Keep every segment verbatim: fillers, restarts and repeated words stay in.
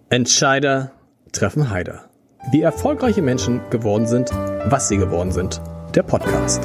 Entscheider treffen Heider. Wie erfolgreiche Menschen geworden sind, was sie geworden sind. Der Podcast.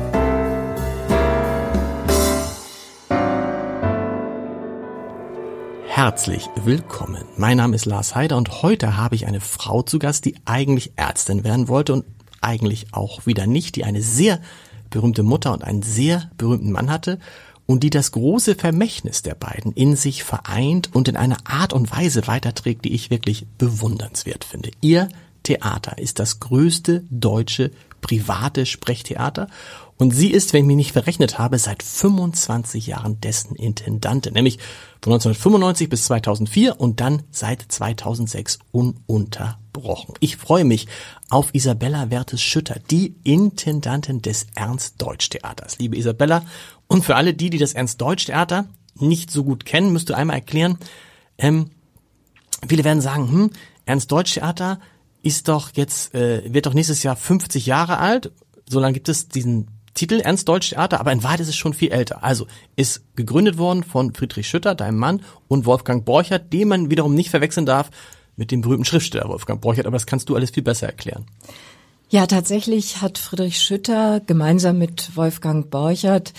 Herzlich willkommen. Mein Name ist Lars Heider und heute habe ich eine Frau zu Gast, die eigentlich Ärztin werden wollte und eigentlich auch wieder nicht, die eine sehr berühmte Mutter und einen sehr berühmten Mann hatte und die das große Vermächtnis der beiden in sich vereint und in einer Art und Weise weiterträgt, die ich wirklich bewundernswert finde. Ihr Theater ist das größte deutsche private Sprechtheater und sie ist, wenn ich mich nicht verrechnet habe, seit fünfundzwanzig Jahren dessen Intendantin, nämlich von neunzehnhundertfünfundneunzig bis zweitausendvier und dann seit zweitausendsechs ununterbrochen. Ich freue mich auf Isabella Wertes-Schütter, die Intendantin des Ernst-Deutsch-Theaters. Liebe Isabella, und für alle die, die das Ernst-Deutsch-Theater nicht so gut kennen, müsst du einmal erklären, ähm, viele werden sagen, hm, Ernst-Deutsch-Theater ist doch jetzt, äh, wird doch nächstes Jahr fünfzig Jahre alt, so lange gibt es diesen Titel Ernst-Deutsch-Theater, aber in Wahrheit ist es schon viel älter. Also ist gegründet worden von Friedrich Schütter, deinem Mann, und Wolfgang Borchert, den man wiederum nicht verwechseln darf mit dem berühmten Schriftsteller Wolfgang Borchert, aber das kannst du alles viel besser erklären. Ja, tatsächlich hat Friedrich Schütter gemeinsam mit Wolfgang Borchert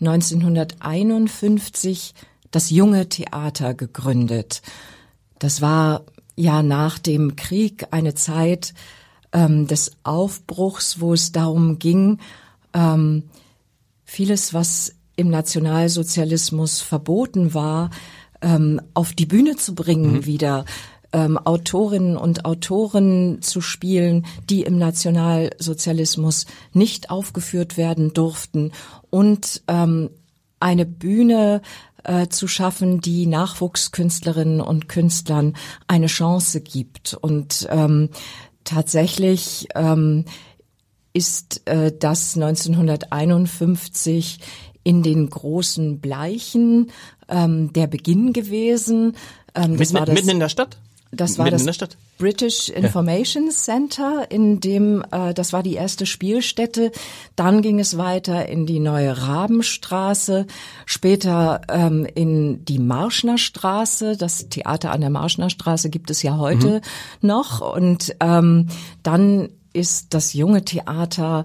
neunzehnhunderteinundfünfzig das Junge Theater gegründet. Das war ja nach dem Krieg eine Zeit ähm, des Aufbruchs, wo es darum ging, ähm, vieles, was im Nationalsozialismus verboten war, ähm, auf die Bühne zu bringen mhm. wieder. Ähm, Autorinnen und Autoren zu spielen, die im Nationalsozialismus nicht aufgeführt werden durften und ähm, eine Bühne äh, zu schaffen, die Nachwuchskünstlerinnen und Künstlern eine Chance gibt. Und ähm, tatsächlich ähm, ist äh, das neunzehnhunderteinundfünfzig in den großen Bleichen ähm, der Beginn gewesen. Ähm, mitten, war das, mitten in der Stadt? Das war Mitten das in der Stadt. British Information ja. Center, in dem, äh, das war die erste Spielstätte. Dann ging es weiter in die neue Rabenstraße, später ähm, in die Marschner Straße. Das Theater an der Marschner Straße gibt es ja heute mhm. noch. Und ähm, dann ist das Junge Theater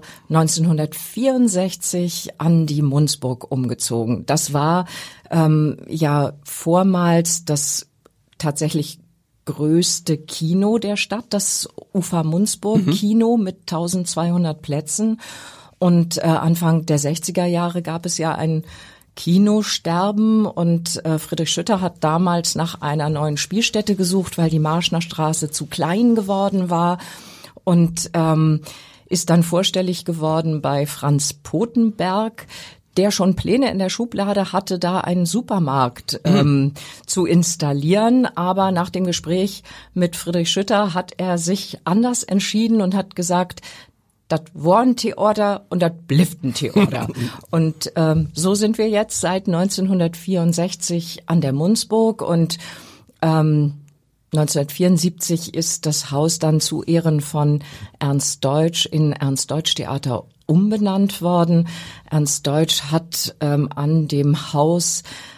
neunzehnhundertvierundsechzig an die Munzburg umgezogen. Das war ähm, ja vormals das tatsächlich größte Kino der Stadt, das Ufa-Munzburg-Kino mhm. mit eintausendzweihundert Plätzen. Und äh, Anfang der sechziger Jahre gab es ja ein Kinosterben und äh, Friedrich Schütter hat damals nach einer neuen Spielstätte gesucht, weil die Marschner Straße zu klein geworden war und ähm, ist dann vorstellig geworden bei Franz Pothenberg, der schon Pläne in der Schublade hatte, da einen Supermarkt ähm, mhm. zu installieren. Aber nach dem Gespräch mit Friedrich Schütter hat er sich anders entschieden und hat gesagt, das war ein Theater und das blifft ein Theater. Und ähm, so sind wir jetzt seit neunzehnhundertvierundsechzig an der Munzburg und ähm, neunzehnhundertvierundsiebzig ist das Haus dann zu Ehren von Ernst Deutsch in Ernst-Deutsch-Theater umbenannt worden. Ernst Deutsch hat ähm, an dem Haus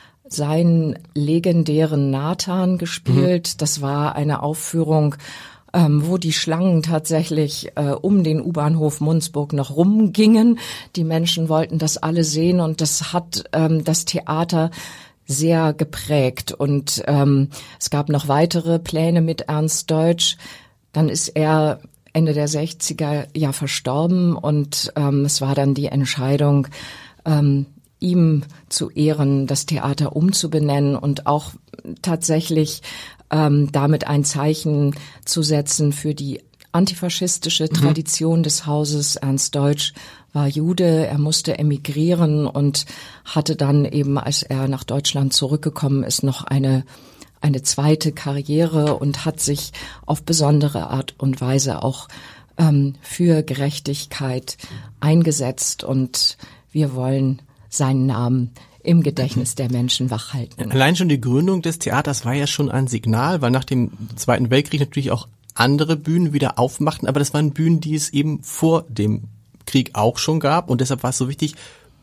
seinen legendären Nathan gespielt. Mhm. Das war eine Aufführung, ähm, wo die Schlangen tatsächlich äh, um den U-Bahnhof Munzburg noch rumgingen. Die Menschen wollten das alle sehen und das hat ähm, das Theater sehr geprägt. Und ähm, es gab noch weitere Pläne mit Ernst Deutsch. Dann ist er Ende der sechziger ja verstorben und ähm, es war dann die Entscheidung, ähm, ihm zu Ehren das Theater umzubenennen und auch tatsächlich ähm, damit ein Zeichen zu setzen für die antifaschistische mhm. Tradition des Hauses. Ernst Deutsch war Jude, er musste emigrieren und hatte dann eben, als er nach Deutschland zurückgekommen ist, noch eine eine zweite Karriere und hat sich auf besondere Art und Weise auch ähm, für Gerechtigkeit eingesetzt und wir wollen seinen Namen im Gedächtnis der Menschen wachhalten. Allein schon die Gründung des Theaters war ja schon ein Signal, weil nach dem Zweiten Weltkrieg natürlich auch andere Bühnen wieder aufmachten, aber das waren Bühnen, die es eben vor dem Krieg auch schon gab und deshalb war es so wichtig,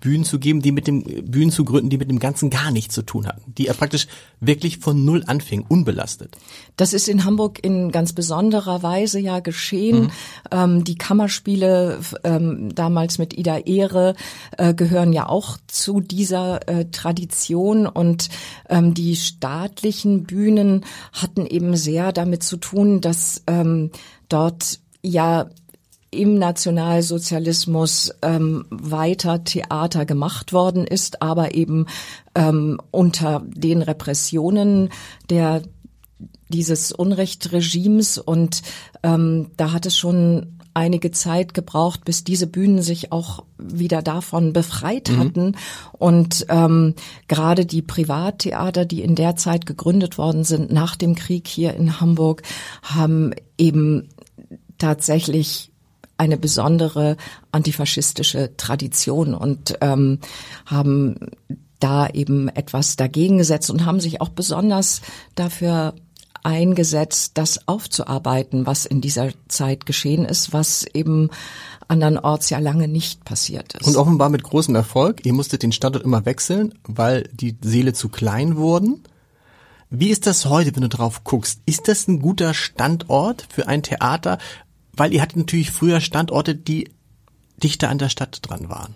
Bühnen zu geben, die mit dem Bühnen zu gründen, die mit dem Ganzen gar nichts zu tun hatten, die er praktisch wirklich von null anfing, unbelastet. Das ist in Hamburg in ganz besonderer Weise ja geschehen. Mhm. Ähm, die Kammerspiele ähm, damals mit Ida Ehre äh, gehören ja auch zu dieser äh, Tradition, und ähm, die staatlichen Bühnen hatten eben sehr damit zu tun, dass ähm, dort ja im Nationalsozialismus ähm, weiter Theater gemacht worden ist, aber eben ähm, unter den Repressionen der dieses Unrechtregimes, und ähm, da hat es schon einige Zeit gebraucht, bis diese Bühnen sich auch wieder davon befreit hatten. Mhm. Und ähm, gerade die Privattheater, die in der Zeit gegründet worden sind, nach dem Krieg hier in Hamburg, haben eben tatsächlich eine besondere antifaschistische Tradition und ähm, haben da eben etwas dagegen gesetzt und haben sich auch besonders dafür eingesetzt, das aufzuarbeiten, was in dieser Zeit geschehen ist, was eben andernorts ja lange nicht passiert ist. Und offenbar mit großem Erfolg. Ihr musstet den Standort immer wechseln, weil die Säle zu klein wurden. Wie ist das heute, wenn du drauf guckst? Ist das ein guter Standort für ein Theater? Weil ihr hattet natürlich früher Standorte, die dichter an der Stadt dran waren.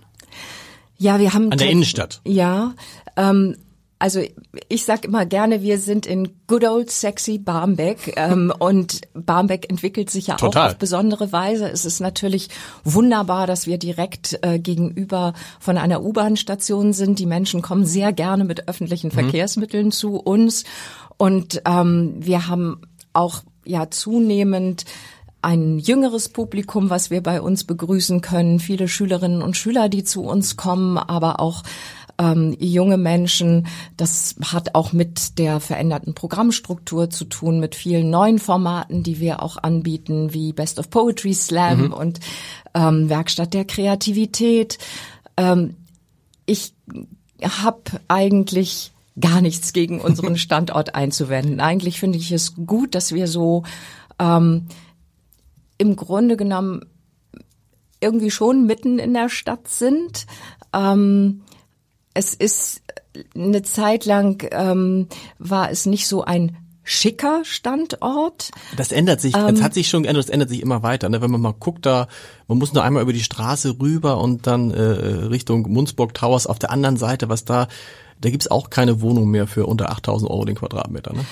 Ja, wir haben an der Innenstadt. Ja, ähm, also ich sag immer gerne, wir sind in good old sexy Barmbek, ähm, und Barmbek entwickelt sich ja Total. auch auf besondere Weise. Es ist natürlich wunderbar, dass wir direkt äh, gegenüber von einer U-Bahn-Station sind. Die Menschen kommen sehr gerne mit öffentlichen mhm. Verkehrsmitteln zu uns, und ähm, wir haben auch ja zunehmend ein jüngeres Publikum, was wir bei uns begrüßen können, viele Schülerinnen und Schüler, die zu uns kommen, aber auch ähm, junge Menschen. Das hat auch mit der veränderten Programmstruktur zu tun, mit vielen neuen Formaten, die wir auch anbieten, wie Best of Poetry Slam mhm. und ähm, Werkstatt der Kreativität. Ähm, ich habe eigentlich gar nichts gegen unseren Standort einzuwenden. Eigentlich finde ich es gut, dass wir so ähm, im Grunde genommen irgendwie schon mitten in der Stadt sind. Ähm, es ist eine Zeit lang ähm, war es nicht so ein schicker Standort. Das ändert sich, ähm, das hat sich schon geändert, das ändert sich immer weiter. Ne? Wenn man mal guckt, da man muss nur einmal über die Straße rüber und dann äh, Richtung Munzburg Towers auf der anderen Seite, was da, da gibt's auch keine Wohnung mehr für unter achttausend Euro den Quadratmeter. Ne?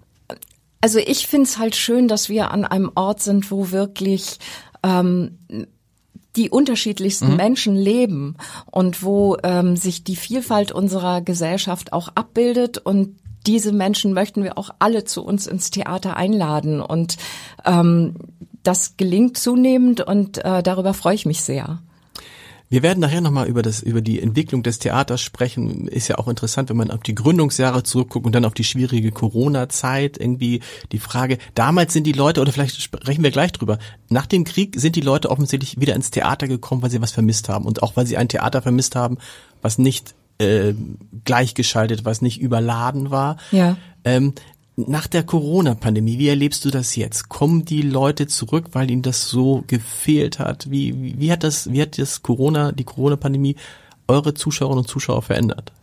Also ich find's halt schön, dass wir an einem Ort sind, wo wirklich ähm, die unterschiedlichsten mhm. Menschen leben und wo ähm, sich die Vielfalt unserer Gesellschaft auch abbildet, und diese Menschen möchten wir auch alle zu uns ins Theater einladen, und ähm, das gelingt zunehmend, und äh, darüber freue ich mich sehr. Wir werden nachher nochmal über das, über die Entwicklung des Theaters sprechen. Ist ja auch interessant, wenn man auf die Gründungsjahre zurückguckt und dann auf die schwierige Corona-Zeit. Irgendwie die Frage, damals sind die Leute, oder vielleicht sprechen wir gleich drüber, nach dem Krieg sind die Leute offensichtlich wieder ins Theater gekommen, weil sie was vermisst haben. Und auch weil sie ein Theater vermisst haben, was nicht äh, gleichgeschaltet, was nicht überladen war. Ja. Ähm, Nach der Corona-Pandemie, wie erlebst du das jetzt? Kommen die Leute zurück, weil ihnen das so gefehlt hat? Wie, wie, wie hat das, wie hat das Corona, die Corona-Pandemie eure Zuschauerinnen und Zuschauer verändert?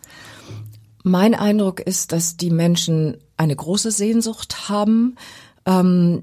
Mein Eindruck ist, dass die Menschen eine große Sehnsucht haben, ähm,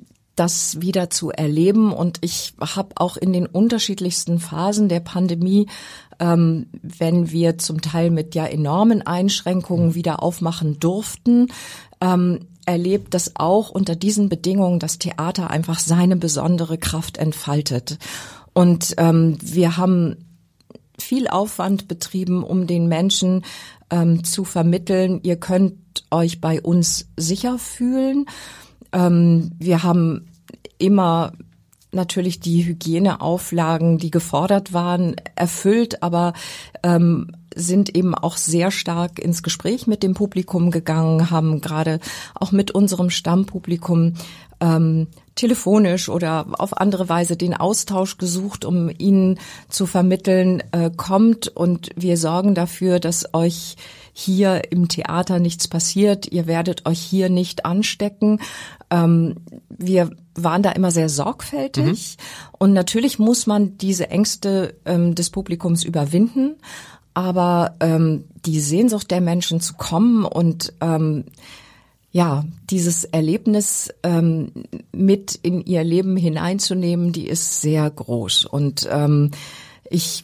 das wieder zu erleben. Und ich habe auch in den unterschiedlichsten Phasen der Pandemie, ähm, wenn wir zum Teil mit ja enormen Einschränkungen wieder aufmachen durften, ähm, erlebt, dass auch unter diesen Bedingungen das Theater einfach seine besondere Kraft entfaltet. Und ähm, wir haben viel Aufwand betrieben, um den Menschen ähm, zu vermitteln, ihr könnt euch bei uns sicher fühlen. Ähm, wir haben immer natürlich die Hygieneauflagen, die gefordert waren, erfüllt, aber ähm, sind eben auch sehr stark ins Gespräch mit dem Publikum gegangen, haben gerade auch mit unserem Stammpublikum ähm, telefonisch oder auf andere Weise den Austausch gesucht, um ihnen zu vermitteln, äh, kommt und wir sorgen dafür, dass euch hier im Theater nichts passiert, ihr werdet euch hier nicht anstecken. Ähm, wir waren da immer sehr sorgfältig mhm. und natürlich muss man diese Ängste ähm, des Publikums überwinden, aber ähm, die Sehnsucht der Menschen zu kommen und ähm, ja, dieses Erlebnis ähm, mit in ihr Leben hineinzunehmen, die ist sehr groß. Und ähm, ich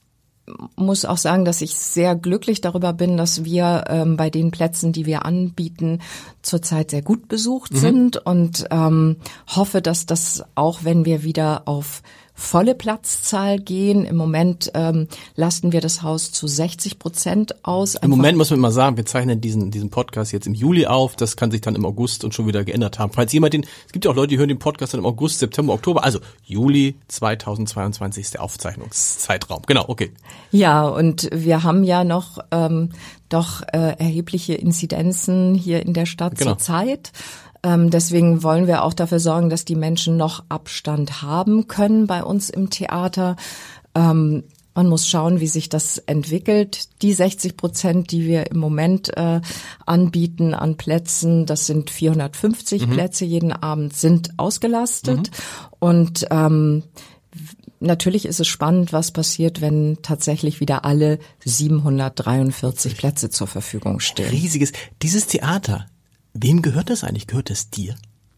muss auch sagen, dass ich sehr glücklich darüber bin, dass wir ähm, bei den Plätzen, die wir anbieten, zurzeit sehr gut besucht mhm. sind und ähm, hoffe, dass das auch, wenn wir wieder auf volle Platzzahl gehen. Im Moment ähm, lasten wir das Haus zu sechzig Prozent aus. Im Moment muss man immer sagen, wir zeichnen diesen diesen Podcast jetzt im Juli auf. Das kann sich dann im August und schon wieder geändert haben. Falls jemand den, es gibt ja auch Leute, die hören den Podcast dann im August, September, Oktober. Also Juli zweitausendzweiundzwanzig ist der Aufzeichnungszeitraum. Genau, okay. Ja, und wir haben ja noch ähm, doch äh, erhebliche Inzidenzen hier in der Stadt genau. zurzeit. Ähm, deswegen wollen wir auch dafür sorgen, dass die Menschen noch Abstand haben können bei uns im Theater. Ähm, man muss schauen, wie sich das entwickelt. Die sechzig Prozent, die wir im Moment äh, anbieten an Plätzen, das sind vierhundertfünfzig mhm. Plätze jeden Abend, sind ausgelastet. Mhm. Und ähm, natürlich ist es spannend, was passiert, wenn tatsächlich wieder alle siebenhundertdreiundvierzig Plätze zur Verfügung stehen. Riesiges. Dieses Theater. Wem gehört das eigentlich? Gehört das dir?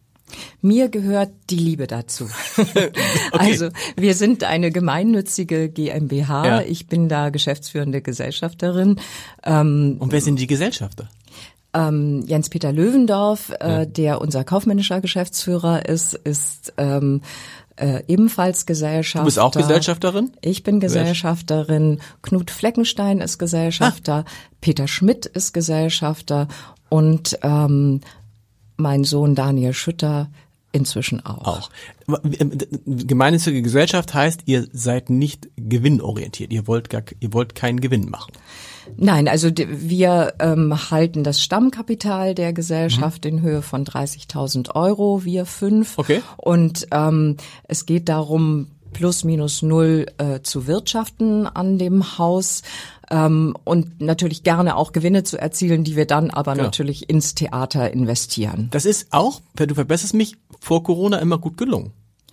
Mir gehört die Liebe dazu. Okay. Also wir sind eine gemeinnützige GmbH. Ja. Ich bin da geschäftsführende Gesellschafterin. Ähm, Und wer sind die Gesellschafter? Ähm, Jens-Peter Löwendorf, äh, ja. der unser kaufmännischer Geschäftsführer ist, ist ähm, äh, ebenfalls Gesellschafter. Du bist auch Gesellschafterin? Ich bin Gesellschafterin. Knut Fleckenstein ist Gesellschafter. Ah. Peter Schmidt ist Gesellschafter. Und ähm, mein Sohn Daniel Schütter inzwischen auch. Auch. Gemeinnützige Gesellschaft heißt, ihr seid nicht gewinnorientiert. Ihr wollt gar, ihr wollt keinen Gewinn machen. Nein, also wir ähm, halten das Stammkapital der Gesellschaft mhm. in Höhe von dreißigtausend Euro, wir fünf. Okay. Und ähm, es geht darum, plus minus null äh, zu wirtschaften an dem Haus. Ähm, und natürlich gerne auch Gewinne zu erzielen, die wir dann aber genau. natürlich ins Theater investieren. Das ist auch, du verbesserst mich, vor Corona immer gut gelungen.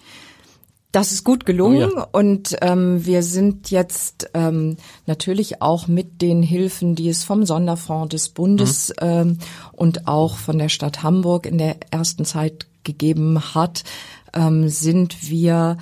Das ist gut gelungen oh ja. und ähm, wir sind jetzt ähm, natürlich auch mit den Hilfen, die es vom Sonderfonds des Bundes mhm. ähm, und auch von der Stadt Hamburg in der ersten Zeit gegeben hat, ähm, sind wir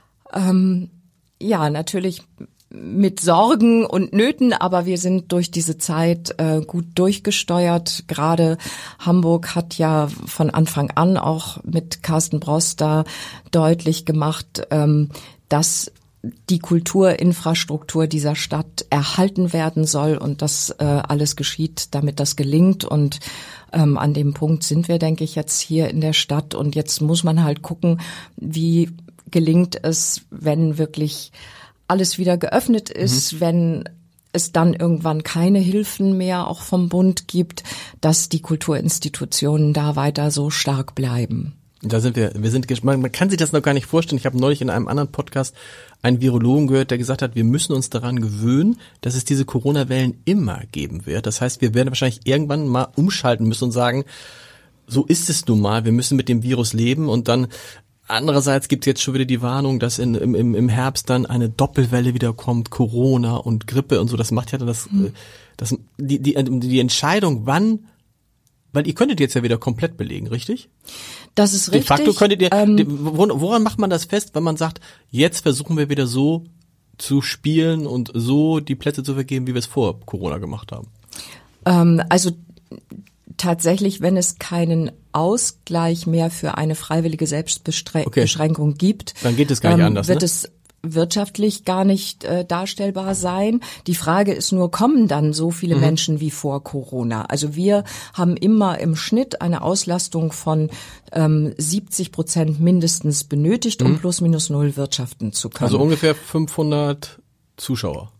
ähm, ja natürlich mit Sorgen und Nöten, aber wir sind durch diese Zeit äh, gut durchgesteuert. Gerade Hamburg hat ja von Anfang an auch mit Carsten Bross da deutlich gemacht, ähm, dass die Kulturinfrastruktur dieser Stadt erhalten werden soll und dass äh, alles geschieht, damit das gelingt. Und ähm, an dem Punkt sind wir, denke ich, jetzt hier in der Stadt. Und jetzt muss man halt gucken, wie gelingt es, wenn wirklich alles wieder geöffnet ist, mhm. wenn es dann irgendwann keine Hilfen mehr auch vom Bund gibt, dass die Kulturinstitutionen da weiter so stark bleiben. Da sind wir, wir sind gespannt. Man kann sich das noch gar nicht vorstellen. Ich habe neulich in einem anderen Podcast einen Virologen gehört, der gesagt hat, wir müssen uns daran gewöhnen, dass es diese Corona-Wellen immer geben wird. Das heißt, wir werden wahrscheinlich irgendwann mal umschalten müssen und sagen, so ist es nun mal, wir müssen mit dem Virus leben und dann andererseits gibt es jetzt schon wieder die Warnung, dass in, im, im Herbst dann eine Doppelwelle wieder kommt, Corona und Grippe und so. Das macht ja dann das, mhm. das die, die, die Entscheidung, wann, weil ihr könntet jetzt ja wieder komplett belegen, richtig? Das ist richtig. De facto könntet ihr, ähm, woran macht man das fest, wenn man sagt, jetzt versuchen wir wieder so zu spielen und so die Plätze zu vergeben, wie wir es vor Corona gemacht haben? Ähm, also tatsächlich, wenn es keinen Ausgleich mehr für eine freiwillige Selbstbeschränkung okay. gibt, dann geht es gar nicht ähm, anders, wird ne? es wirtschaftlich gar nicht äh, darstellbar sein. Die Frage ist nur, kommen dann so viele mhm. Menschen wie vor Corona? Also wir haben immer im Schnitt eine Auslastung von ähm, siebzig Prozent mindestens benötigt, um mhm. plus minus null wirtschaften zu können. Also ungefähr fünfhundert Zuschauer.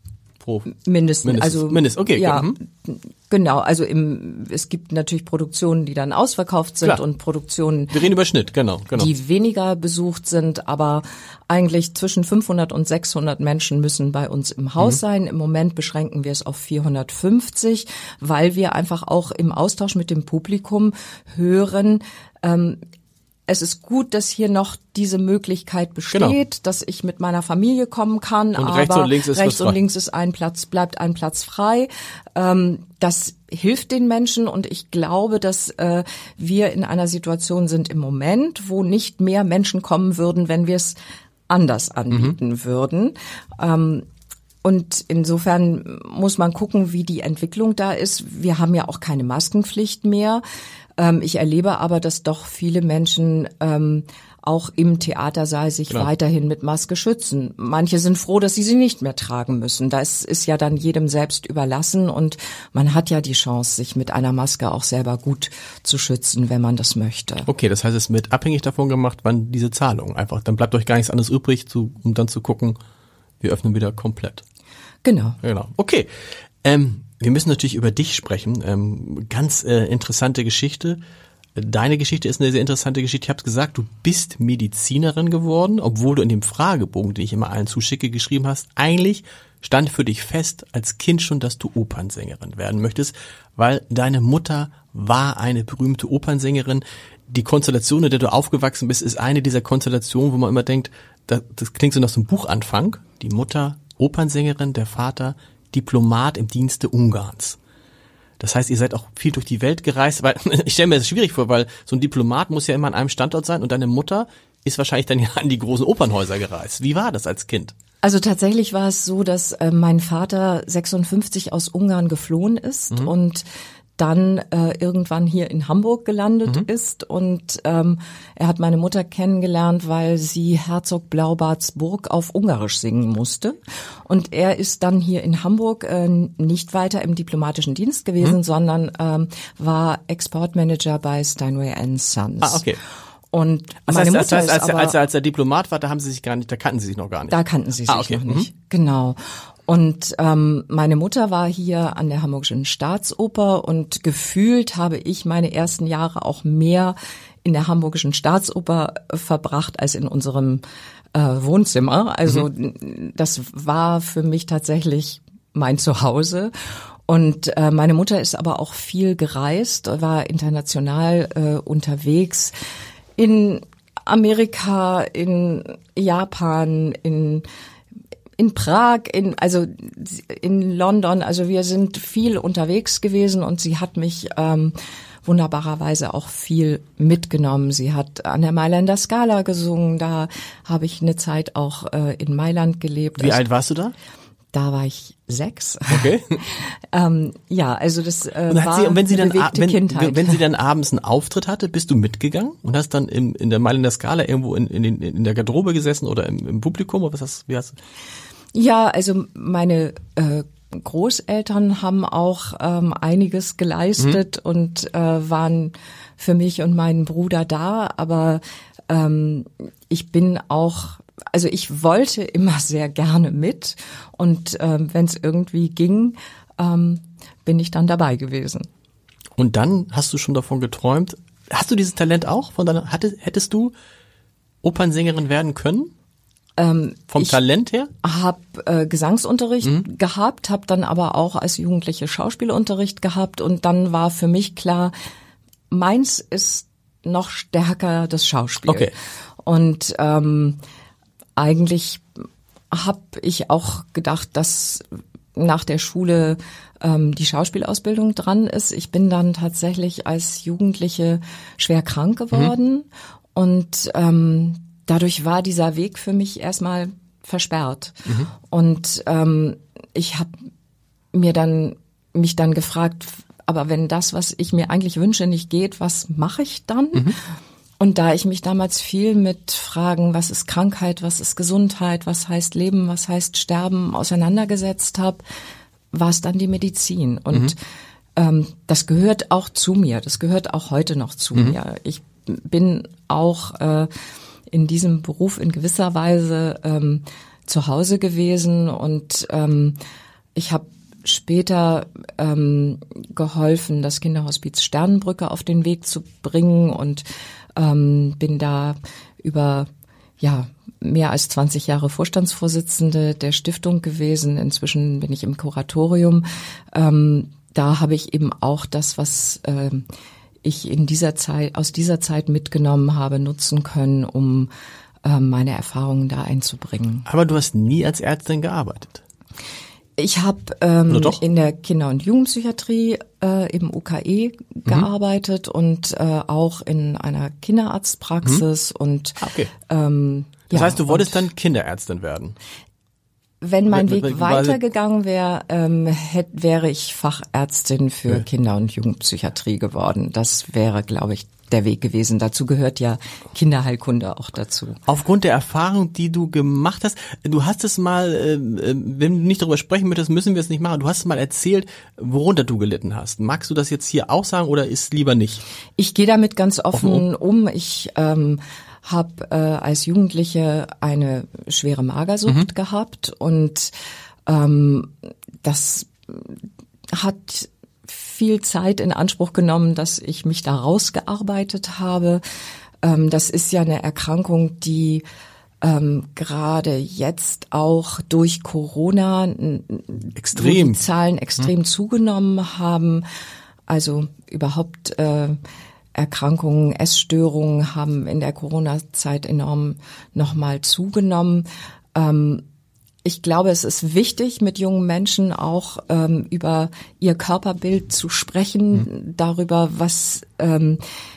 pro mindestens. Mindestens, also mindestens. Okay, ja, mhm. Genau. Also im, es gibt natürlich Produktionen, die dann ausverkauft sind Klar. und Produktionen, Wir reden über Schnitt, genau, genau. die weniger besucht sind, aber eigentlich zwischen fünfhundert und sechshundert Menschen müssen bei uns im Haus mhm. sein. Im Moment beschränken wir es auf vierhundertfünfzig, weil wir einfach auch im Austausch mit dem Publikum hören, ähm, es ist gut, dass hier noch diese Möglichkeit besteht, genau. dass ich mit meiner Familie kommen kann, und aber rechts und links ist, rechts und links ist ein Platz, bleibt ein Platz frei. Ähm, das hilft den Menschen und ich glaube, dass äh, wir in einer Situation sind im Moment, wo nicht mehr Menschen kommen würden, wenn wir es anders anbieten mhm. würden. Ähm, Und insofern muss man gucken, wie die Entwicklung da ist. Wir haben ja auch keine Maskenpflicht mehr. Ähm, ich erlebe aber, dass doch viele Menschen ähm, auch im Theatersaal sich Klar. weiterhin mit Maske schützen. Manche sind froh, dass sie sie nicht mehr tragen müssen. Das ist ja dann jedem selbst überlassen und man hat ja die Chance, sich mit einer Maske auch selber gut zu schützen, wenn man das möchte. Okay, das heißt, es wird abhängig davon gemacht, wann diese Zahlung einfach. Dann bleibt euch gar nichts anderes übrig, zu, um dann zu gucken, wir öffnen wieder komplett. Genau. Genau. Okay. Ähm, wir müssen natürlich über dich sprechen. Ähm, ganz äh, interessante Geschichte. Deine Geschichte ist eine sehr interessante Geschichte. Ich habe gesagt, du bist Medizinerin geworden, obwohl du in dem Fragebogen, den ich immer allen zuschicke, geschrieben hast, eigentlich stand für dich fest als Kind schon, dass du Opernsängerin werden möchtest, weil deine Mutter war eine berühmte Opernsängerin. Die Konstellation, in der du aufgewachsen bist, ist eine dieser Konstellationen, wo man immer denkt, das, das klingt so nach so einem Buchanfang. Die Mutter Opernsängerin, der Vater Diplomat im Dienste Ungarns. Das heißt, ihr seid auch viel durch die Welt gereist, weil ich stelle mir das schwierig vor, weil so ein Diplomat muss ja immer an einem Standort sein und deine Mutter ist wahrscheinlich dann ja an die großen Opernhäuser gereist. Wie war das als Kind? Also tatsächlich war es so, dass äh, mein Vater sechsundfünfzig aus Ungarn geflohen ist mhm. und dann äh, irgendwann hier in Hamburg gelandet mhm. ist und ähm, er hat meine Mutter kennengelernt, weil sie Herzog Blaubarts Burg auf Ungarisch singen musste und er ist dann hier in Hamburg äh, nicht weiter im diplomatischen Dienst gewesen, mhm. sondern ähm, war Exportmanager bei Steinway and Sons. Ah, okay. Und das meine heißt, Mutter als, als, ist aber, als, er, als er Diplomat war, da haben sie sich gar nicht, da kannten sie sich noch gar nicht. Da kannten sie sich ah, okay. noch nicht. Mhm. Genau. Und ähm, meine Mutter war hier an der Hamburgischen Staatsoper und gefühlt habe ich meine ersten Jahre auch mehr in der Hamburgischen Staatsoper verbracht als in unserem äh, Wohnzimmer. Also mhm. das war für mich tatsächlich mein Zuhause. Und äh, meine Mutter ist aber auch viel gereist, war international äh, unterwegs in Amerika, in Japan, in in Prag, in also in London. Also wir sind viel unterwegs gewesen und sie hat mich ähm, wunderbarerweise auch viel mitgenommen. Sie hat an der Mailänder Scala gesungen. Da habe ich eine Zeit auch äh, in Mailand gelebt. Wie also, alt warst du da? Da war ich sechs. Okay. ähm, ja, also das äh, und hat war sie, und wenn sie eine dann, bewegte wenn, Kindheit. Wenn sie dann abends einen Auftritt hatte, bist du mitgegangen und hast dann im, in der Mailänder Scala irgendwo in, in, in der Garderobe gesessen oder im, im Publikum oder was hast, wie hast du? Ja, also meine äh, Großeltern haben auch ähm, einiges geleistet mhm. und äh, waren für mich und meinen Bruder da, aber ähm, ich bin auch Also ich wollte immer sehr gerne mit und ähm, wenn es irgendwie ging, ähm, bin ich dann dabei gewesen. Und dann hast du schon davon geträumt, hast du dieses Talent auch? Von deiner, hatte, hättest du Opernsängerin werden können? Ähm, Vom Talent her? Ich habe äh, Gesangsunterricht mhm. gehabt, habe dann aber auch als Jugendliche Schauspielunterricht gehabt und dann war für mich klar, meins ist noch stärker das Schauspiel. Okay. Und ähm, eigentlich habe ich auch gedacht, dass nach der Schule ähm, die Schauspielausbildung dran ist. Ich bin dann tatsächlich als Jugendliche schwer krank geworden mhm. und ähm, dadurch war dieser Weg für mich erstmal versperrt. Mhm. Und ähm, ich habe mir dann mich dann gefragt, aber wenn das, was ich mir eigentlich wünsche, nicht geht, was mache ich dann? Mhm. Und da ich mich damals viel mit Fragen, was ist Krankheit, was ist Gesundheit, was heißt Leben, was heißt Sterben, auseinandergesetzt habe, war es dann die Medizin. Und mhm. ähm, das gehört auch zu mir, das gehört auch heute noch zu mhm. mir. Ich bin auch äh, in diesem Beruf in gewisser Weise ähm, zu Hause gewesen und ähm, Ich habe später ähm, geholfen, das Kinderhospiz Sternenbrücke auf den Weg zu bringen und ähm, bin da über ja mehr als zwanzig Jahre Vorstandsvorsitzende der Stiftung gewesen. Inzwischen bin ich im Kuratorium. Ähm, da habe ich eben auch das, was äh, ich in dieser Zeit aus dieser Zeit mitgenommen habe, nutzen können, um äh, meine Erfahrungen da einzubringen. Aber du hast nie als Ärztin gearbeitet? Ich habe ähm, in der Kinder- und Jugendpsychiatrie äh, im U K E mhm. gearbeitet und äh, auch in einer Kinderarztpraxis mhm. und okay. ähm, Das ja, heißt, du wolltest dann Kinderärztin werden? Wenn mein Weg weitergegangen wäre, ähm, hätte, wäre ich Fachärztin für ja. Kinder- und Jugendpsychiatrie geworden. Das wäre, glaube ich, der Weg gewesen. Dazu gehört ja Kinderheilkunde auch dazu. Aufgrund der Erfahrung, die du gemacht hast, du hast es mal, äh, wenn du nicht darüber sprechen möchtest, müssen wir es nicht machen. Du hast es mal erzählt, worunter du gelitten hast. Magst du das jetzt hier auch sagen oder ist lieber nicht? Ich gehe damit ganz offen, offen um. Ich ähm, habe äh, als Jugendliche eine schwere Magersucht mhm. gehabt und ähm, das hat viel Zeit in Anspruch genommen, dass ich mich da rausgearbeitet habe. Ähm, das ist ja eine Erkrankung, die ähm, gerade jetzt auch durch Corona extrem. die Zahlen extrem mhm. zugenommen haben. Also überhaupt äh, Erkrankungen, Essstörungen haben in der Corona-Zeit enorm nochmal zugenommen. Ähm, ich glaube, es ist wichtig, mit jungen Menschen auch ähm, über ihr Körperbild zu sprechen, mhm. darüber, was, ähm,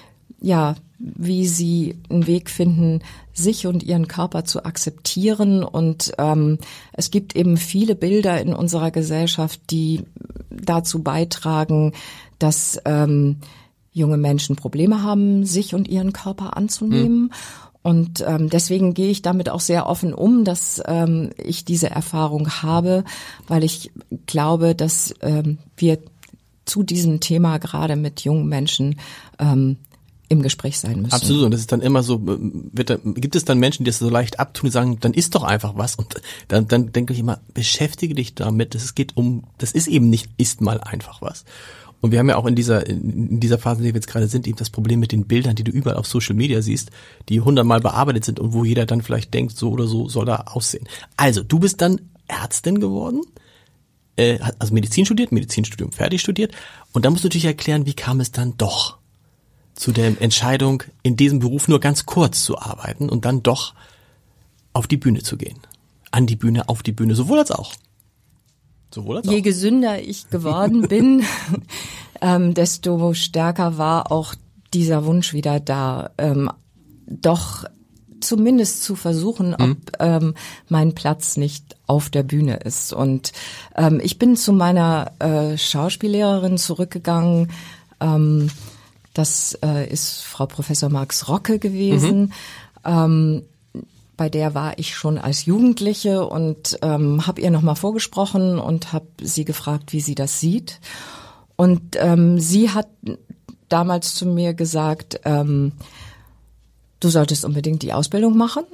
ja, wie sie einen Weg finden, sich und ihren Körper zu akzeptieren. Und ähm, es gibt eben viele Bilder in unserer Gesellschaft, die dazu beitragen, dass ähm, junge Menschen Probleme haben, sich und ihren Körper anzunehmen. Mhm. Und ähm, deswegen gehe ich damit auch sehr offen um, dass ähm, ich diese Erfahrung habe, weil ich glaube, dass ähm, wir zu diesem Thema gerade mit jungen Menschen ähm, im Gespräch sein müssen. Absolut. Und das ist dann immer so, wird da, gibt es dann Menschen, die das so leicht abtun und sagen, dann isst doch einfach was. Und dann, dann denke ich immer, beschäftige dich damit. Es geht um, das ist eben nicht, isst mal einfach was. Und wir haben ja auch in dieser in dieser Phase, in der wir jetzt gerade sind, eben das Problem mit den Bildern, die du überall auf Social Media siehst, die hundertmal bearbeitet sind und wo jeder dann vielleicht denkt, so oder so soll er aussehen. Also, du bist dann Ärztin geworden, äh, also Medizin studiert, Medizinstudium fertig studiert. Und da musst du natürlich erklären, wie kam es dann doch zu der Entscheidung, in diesem Beruf nur ganz kurz zu arbeiten und dann doch auf die Bühne zu gehen. An die Bühne, auf die Bühne, sowohl als auch. Sowohl als auch. Je gesünder ich geworden bin, ähm, desto stärker war auch dieser Wunsch wieder da, ähm, doch zumindest zu versuchen, ob mhm. ähm, mein Platz nicht auf der Bühne ist. Und ähm, ich bin zu meiner äh, Schauspiellehrerin zurückgegangen. Ähm, das äh, ist Frau Professor Marx Rocke gewesen. Mhm. Ähm, Bei der war ich schon als Jugendliche und ähm, habe ihr nochmal vorgesprochen und habe sie gefragt, wie sie das sieht. Und ähm, sie hat damals zu mir gesagt, ähm, du solltest unbedingt die Ausbildung machen,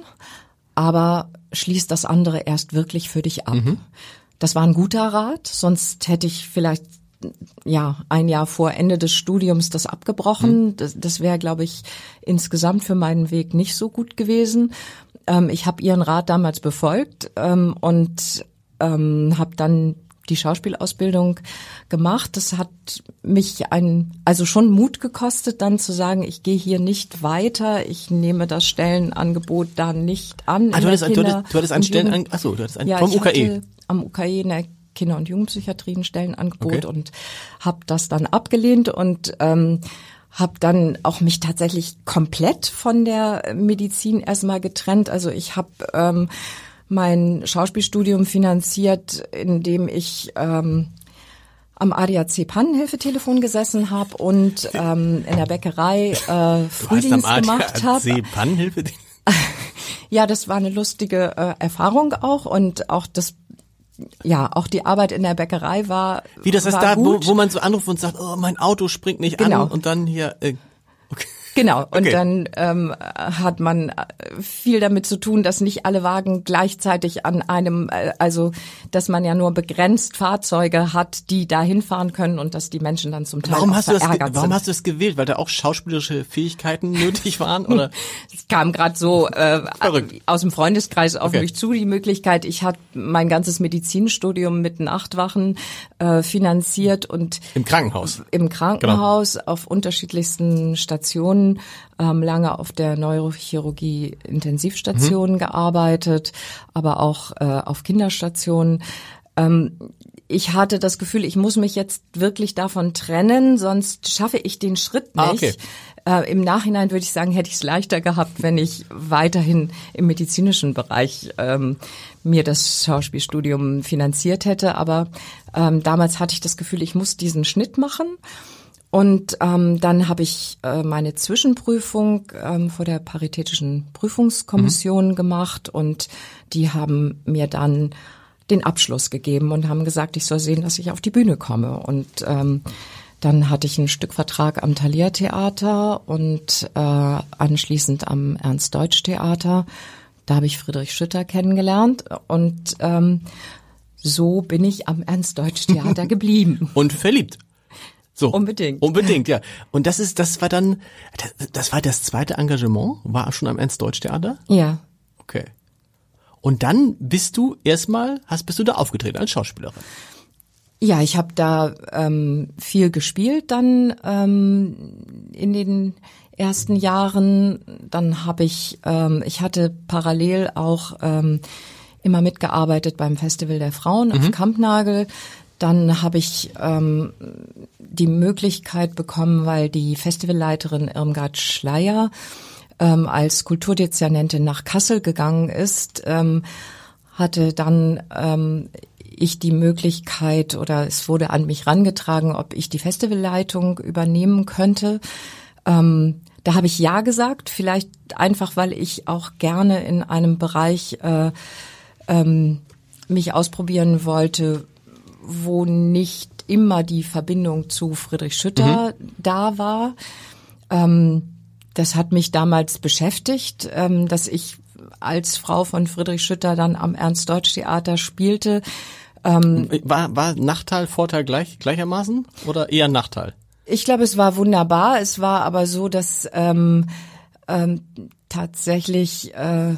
aber schließ das andere erst wirklich für dich ab. Mhm. Das war ein guter Rat, sonst hätte ich vielleicht ja ein Jahr vor Ende des Studiums das abgebrochen. Mhm. Das, das wäre, glaube ich, insgesamt für meinen Weg nicht so gut gewesen. Ich habe ihren Rat damals befolgt ähm, und ähm, habe dann die Schauspielausbildung gemacht. Das hat mich ein, also schon Mut gekostet, dann zu sagen, ich gehe hier nicht weiter, ich nehme das Stellenangebot da nicht an. Ah, du hattest, du hattest, du hattest ein Stellenangebot, achso, du hattest ein, ja, vom U K E. Ich hatte am U K E in der Kinder- und Jugendpsychiatrie ein Stellenangebot okay. und habe das dann abgelehnt und ähm, habe dann auch mich tatsächlich komplett von der Medizin erstmal getrennt. Also ich habe ähm, mein Schauspielstudium finanziert, indem ich ähm, am A D A C Pannenhilfetelefon gesessen habe und ähm, in der Bäckerei äh, Frühdienst gemacht habe. A D A C Pannenhilfetelefon? Ja, das war eine lustige äh, Erfahrung auch und auch das Ja, auch die Arbeit in der Bäckerei war Wie das heißt war da, gut. Wo, wo man so anruft und sagt, oh, mein Auto springt nicht genau. an und dann hier. Äh, okay. Genau, und Okay. dann ähm, hat man viel damit zu tun, dass nicht alle Wagen gleichzeitig an einem, äh, also dass man ja nur begrenzt Fahrzeuge hat, die da hinfahren können und dass die Menschen dann zum Teil Warum auch hast du das? ge- verärgert Warum sind. hast du das gewählt? Weil da auch schauspielerische Fähigkeiten nötig waren, oder? Es kam gerade so äh, Verrückt. aus dem Freundeskreis auf Okay. mich zu, die Möglichkeit. Ich hatte mein ganzes Medizinstudium mit Nachtwachen äh, finanziert und Im Krankenhaus. im Krankenhaus auf unterschiedlichsten Stationen, ähm, lange auf der Neurochirurgie-Intensivstation Mhm. gearbeitet, aber auch äh, auf Kinderstationen. Ähm, ich hatte das Gefühl, ich muss mich jetzt wirklich davon trennen, sonst schaffe ich den Schritt nicht. Ah, okay. Äh, Im Nachhinein würde ich sagen, hätte ich es leichter gehabt, wenn ich weiterhin im medizinischen Bereich ähm, mir das Schauspielstudium finanziert hätte. Aber ähm, damals hatte ich das Gefühl, ich muss diesen Schnitt machen. Und ähm, dann habe ich äh, meine Zwischenprüfung ähm, vor der Paritätischen Prüfungskommission mhm. gemacht und die haben mir dann den Abschluss gegeben und haben gesagt, ich soll sehen, dass ich auf die Bühne komme. Und ähm, dann hatte ich einen Stückvertrag am Thalia Theater und äh, anschließend am Ernst-Deutsch-Theater. Da habe ich Friedrich Schütter kennengelernt und ähm, so bin ich am Ernst-Deutsch-Theater geblieben. Und verliebt. So. Unbedingt. Unbedingt, ja. Und das ist, das war dann, das, das war das zweite Engagement? War schon am Ernst-Deutsch-Theater? Ja. Okay. Und dann bist du erstmal, hast, bist du da aufgetreten als Schauspielerin? Ja, ich habe da ähm, viel gespielt dann ähm, in den ersten Jahren. Dann habe ich, ähm, ich hatte parallel auch ähm, immer mitgearbeitet beim Festival der Frauen auf Mhm. Kampnagel. Dann habe ich ähm, die Möglichkeit bekommen, weil die Festivalleiterin Irmgard Schleier ähm, als Kulturdezernentin nach Kassel gegangen ist, ähm, hatte dann ähm, ich die Möglichkeit oder es wurde an mich rangetragen, ob ich die Festivalleitung übernehmen könnte. Ähm, da habe ich ja gesagt, vielleicht einfach, weil ich auch gerne in einem Bereich äh, ähm, mich ausprobieren wollte, wo nicht immer die Verbindung zu Friedrich Schütter mhm. da war. Ähm, das hat mich damals beschäftigt, ähm, dass ich als Frau von Friedrich Schütter dann am Ernst-Deutsch-Theater spielte. Ähm, war, war Nachteil, Vorteil gleich, gleichermaßen oder eher Nachteil? Ich glaube, es war wunderbar. Es war aber so, dass ähm, ähm, tatsächlich äh,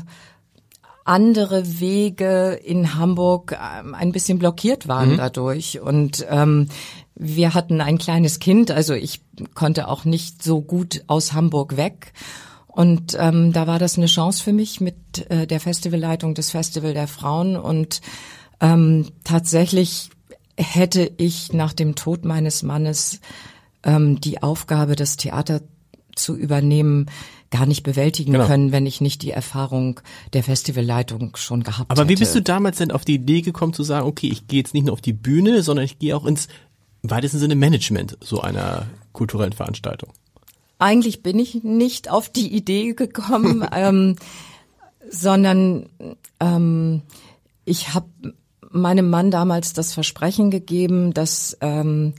andere Wege in Hamburg ähm, ein bisschen blockiert waren mhm. dadurch. Und ähm, wir hatten ein kleines Kind, also ich konnte auch nicht so gut aus Hamburg weg. Und ähm, da war das eine Chance für mich mit äh, der Festivalleitung des Festival der Frauen. Und ähm, tatsächlich hätte ich nach dem Tod meines Mannes ähm, die Aufgabe, das Theater zu übernehmen, gar nicht bewältigen genau. können, wenn ich nicht die Erfahrung der Festivalleitung schon gehabt hätte. Aber wie bist du damals denn auf die Idee gekommen zu sagen, okay, ich gehe jetzt nicht nur auf die Bühne, sondern ich gehe auch ins im weitesten Sinne Management so einer kulturellen Veranstaltung? Eigentlich bin ich nicht auf die Idee gekommen, ähm, sondern ähm, ich habe meinem Mann damals das Versprechen gegeben, dass ähm,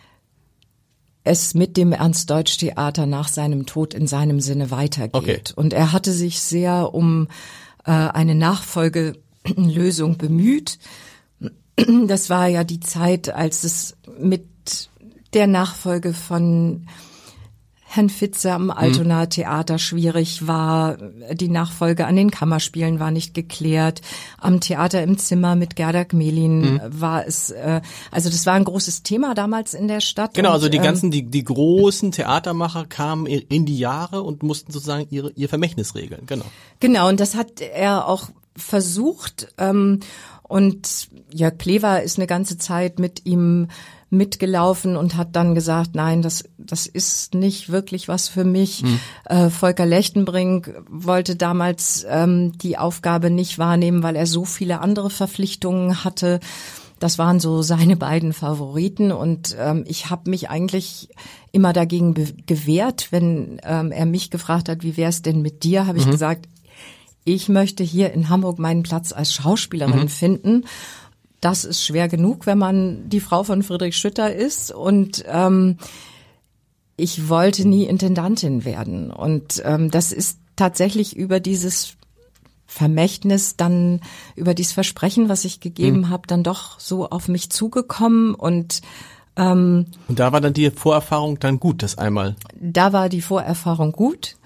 es mit dem Ernst-Deutsch-Theater nach seinem Tod in seinem Sinne weitergeht. Okay. Und er hatte sich sehr um äh, eine Nachfolgelösung bemüht. Das war ja die Zeit, als es mit der Nachfolge von Herrn Fitze am Altonaer Theater schwierig war. Die Nachfolge an den Kammerspielen war nicht geklärt. Am Theater im Zimmer mit Gerda Gmelin mhm. war es, äh, also das war ein großes Thema damals in der Stadt. Genau, und, also die ähm, ganzen, die, die großen Theatermacher kamen in die Jahre und mussten sozusagen ihre, ihr Vermächtnis regeln, genau. Genau, und das hat er auch versucht, ähm, und Jörg Plewer ist eine ganze Zeit mit ihm mitgelaufen und hat dann gesagt, nein, das das ist nicht wirklich was für mich. Hm. Äh, Volker Lechtenbrink wollte damals ähm, die Aufgabe nicht wahrnehmen, weil er so viele andere Verpflichtungen hatte. Das waren so seine beiden Favoriten und ähm, ich habe mich eigentlich immer dagegen be- gewehrt, wenn ähm, er mich gefragt hat, wie wär's denn mit dir, habe ich mhm. gesagt, ich möchte hier in Hamburg meinen Platz als Schauspielerin mhm. finden. Das ist schwer genug, wenn man die Frau von Friedrich Schütter ist. Und ähm, ich wollte nie Intendantin werden. Und ähm, das ist tatsächlich über dieses Vermächtnis, dann über dieses Versprechen, was ich gegeben mhm. habe, dann doch so auf mich zugekommen. Und ähm, und da war dann die Vorerfahrung dann gut, das einmal? Da war die Vorerfahrung gut.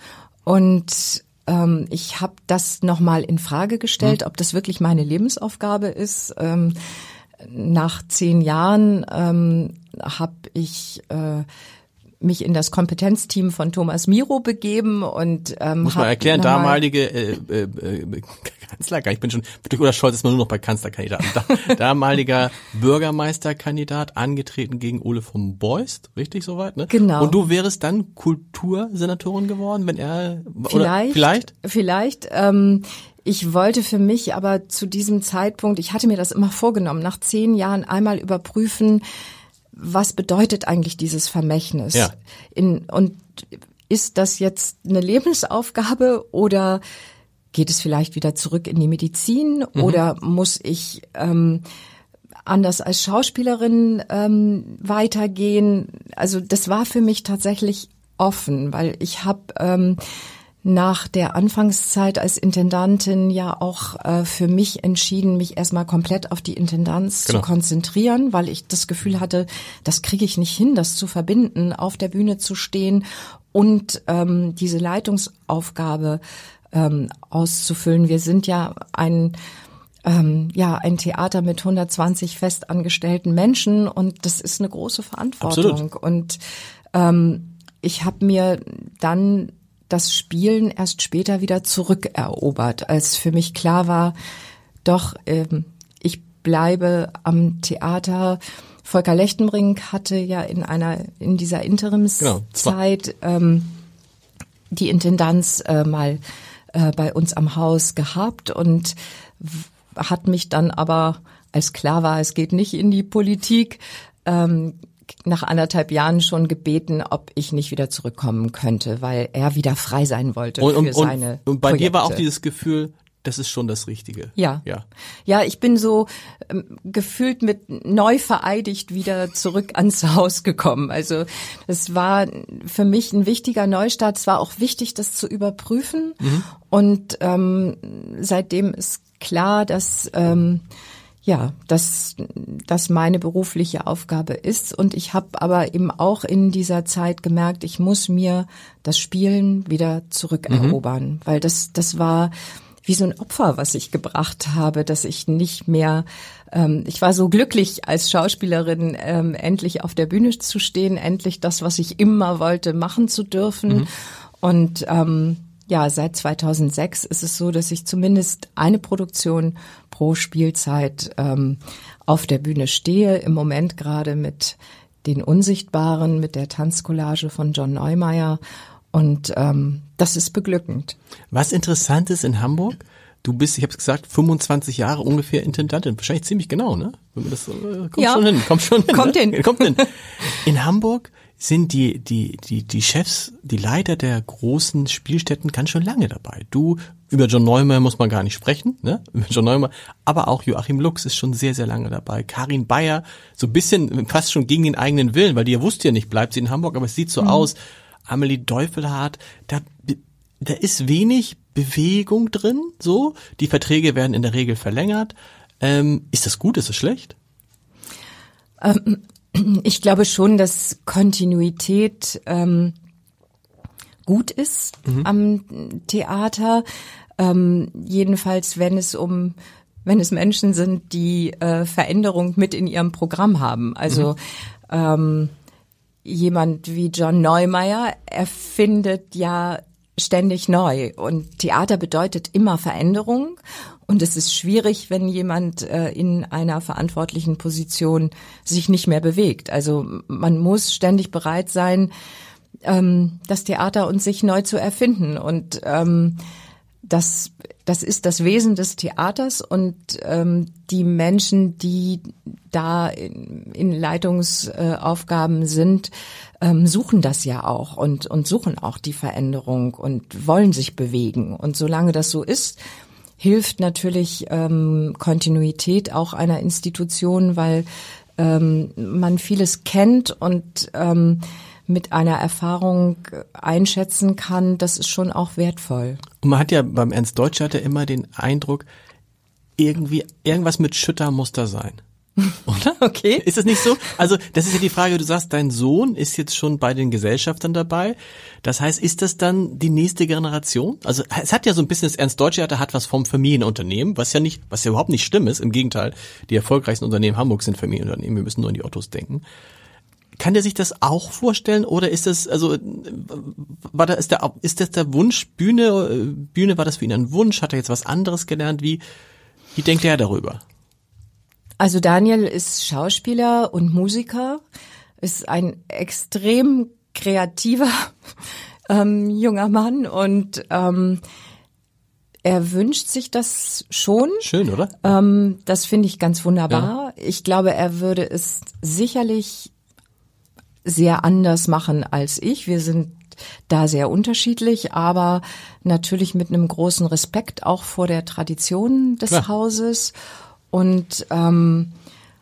Und ähm, ich habe das nochmal in Frage gestellt, mhm. ob das wirklich meine Lebensaufgabe ist. Ähm, nach zehn Jahren ähm, habe ich äh, mich in das Kompetenzteam von Thomas Miro begeben und ähm, muss man erklären, damalige äh, äh, äh, Kanzler, ich bin schon, durch Olaf Scholz ist man nur noch bei Kanzlerkandidaten, da, damaliger Bürgermeisterkandidat, angetreten gegen Ole von Beust, richtig soweit, ne? Genau. Und du wärst dann Kultursenatorin geworden, wenn er, vielleicht, oder vielleicht? Vielleicht, ähm, ich wollte für mich aber zu diesem Zeitpunkt, ich hatte mir das immer vorgenommen, nach zehn Jahren einmal überprüfen, was bedeutet eigentlich dieses Vermächtnis? Ja. In, und ist das jetzt eine Lebensaufgabe oder geht es vielleicht wieder zurück in die Medizin mhm. oder muss ich ähm, anders als Schauspielerin ähm, weitergehen? Also das war für mich tatsächlich offen, weil ich habe ähm, nach der Anfangszeit als Intendantin ja auch äh, für mich entschieden, mich erstmal komplett auf die Intendanz genau. zu konzentrieren, weil ich das Gefühl hatte, das kriege ich nicht hin, das zu verbinden, auf der Bühne zu stehen und ähm, diese Leitungsaufgabe ähm, auszufüllen. Wir sind ja ein ähm, ja ein Theater mit hundertzwanzig festangestellten Menschen und das ist eine große Verantwortung. Absolut. Und ähm, ich habe mir dann das Spielen erst später wieder zurückerobert, als für mich klar war, doch, ähm, ich bleibe am Theater. Volker Lechtenbrink hatte ja in einer, in dieser Interimszeit genau, ähm, die Intendanz äh, mal äh, bei uns am Haus gehabt und w- hat mich dann aber, als klar war, es geht nicht in die Politik, ähm, nach anderthalb Jahren schon gebeten, ob ich nicht wieder zurückkommen könnte, weil er wieder frei sein wollte und, für und, seine Und bei Projekte. dir war auch dieses Gefühl, das ist schon das Richtige. Ja. Ja, ja ich bin so ähm, gefühlt mit neu vereidigt wieder zurück ans Haus gekommen. Also es war für mich ein wichtiger Neustart. Es war auch wichtig, das zu überprüfen. Mhm. Und ähm, seitdem ist klar, dass ähm, ja, dass das meine berufliche Aufgabe ist. Und ich habe aber eben auch in dieser Zeit gemerkt, ich muss mir das Spielen wieder zurückerobern, mhm. weil das das war wie so ein Opfer, was ich gebracht habe, dass ich nicht mehr, ähm, ich war so glücklich als Schauspielerin, ähm, endlich auf der Bühne zu stehen, endlich das, was ich immer wollte, machen zu dürfen. Mhm. Und ähm, ja, seit zweitausendsechs ist es so, dass ich zumindest eine Produktion pro Spielzeit ähm, auf der Bühne stehe. Im Moment gerade mit den Unsichtbaren, mit der Tanzcollage von John Neumeier. Und ähm, das ist beglückend. Was interessant ist in Hamburg, du bist, ich habe es gesagt, fünfundzwanzig Jahre ungefähr Intendantin. Wahrscheinlich ziemlich genau, ne? Wenn man das, äh, kommt ja. schon hin, kommt schon hin. Kommt ne? hin. Kommt hin. In Hamburg sind die, die, die, die Chefs, die Leiter der großen Spielstätten ganz schön lange dabei. Du, über John Neumeier muss man gar nicht sprechen, ne? Über John Neumeier, aber auch Joachim Lux ist schon sehr, sehr lange dabei. Karin Bayer, so ein bisschen fast schon gegen den eigenen Willen, weil die ja wusste ja nicht, bleibt sie in Hamburg, aber es sieht so mhm. aus. Amelie Deufelhardt, da, da ist wenig Bewegung drin, so. Die Verträge werden in der Regel verlängert. Ähm, ist das gut, ist das schlecht? Ähm, ich glaube schon, dass Kontinuität ähm, gut ist mhm. am Theater. Ähm, jedenfalls, wenn es um wenn es Menschen sind, die äh, Veränderung mit in ihrem Programm haben. Also mhm. ähm, jemand wie John Neumeier erfindet ja ständig neu und Theater bedeutet immer Veränderung und es ist schwierig, wenn jemand äh, in einer verantwortlichen Position sich nicht mehr bewegt. Also man muss ständig bereit sein, ähm, das Theater und sich neu zu erfinden und ähm, das das ist das Wesen des Theaters und ähm, die Menschen, die da in, in Leitungsaufgaben sind, ähm, suchen das ja auch und und suchen auch die Veränderung und wollen sich bewegen. Und solange das so ist, hilft natürlich ähm, Kontinuität auch einer Institution, weil ähm, man vieles kennt und ähm, mit einer Erfahrung einschätzen kann, das ist schon auch wertvoll. Und man hat ja beim Ernst Deutscher immer den Eindruck, irgendwie irgendwas mit Schütter muss da sein. Oder? Okay. Ist das nicht so? Also das ist ja die Frage, du sagst, dein Sohn ist jetzt schon bei den Gesellschaftern dabei. Das heißt, ist das dann die nächste Generation? Also es hat ja so ein bisschen, das Ernst Deutscher hat was vom Familienunternehmen, was ja nicht, was ja überhaupt nicht schlimm ist. Im Gegenteil, die erfolgreichsten Unternehmen Hamburgs sind Familienunternehmen. Wir müssen nur an die Ottos denken. Kann der sich das auch vorstellen oder ist das, also war da, ist der, ist das der Wunsch Bühne? Bühne war das für ihn ein Wunsch? Hat er jetzt was anderes gelernt? Wie, wie denkt er darüber? Also Daniel ist Schauspieler und Musiker, ist ein extrem kreativer ähm, junger Mann und ähm, er wünscht sich das schon. Schön, oder? Ähm, das finde ich ganz wunderbar. Ja. Ich glaube, er würde es sicherlich sehr anders machen als ich. Wir sind da sehr unterschiedlich, aber natürlich mit einem großen Respekt auch vor der Tradition des ja. Hauses. Und ähm,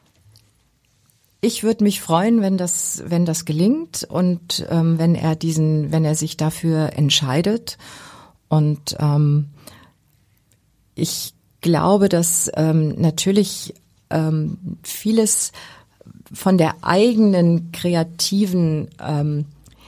ich würde mich freuen, wenn das, wenn das gelingt und ähm, wenn er diesen, wenn er sich dafür entscheidet. Und ähm, ich glaube, dass ähm, natürlich ähm, vieles von der eigenen kreativen, ähm,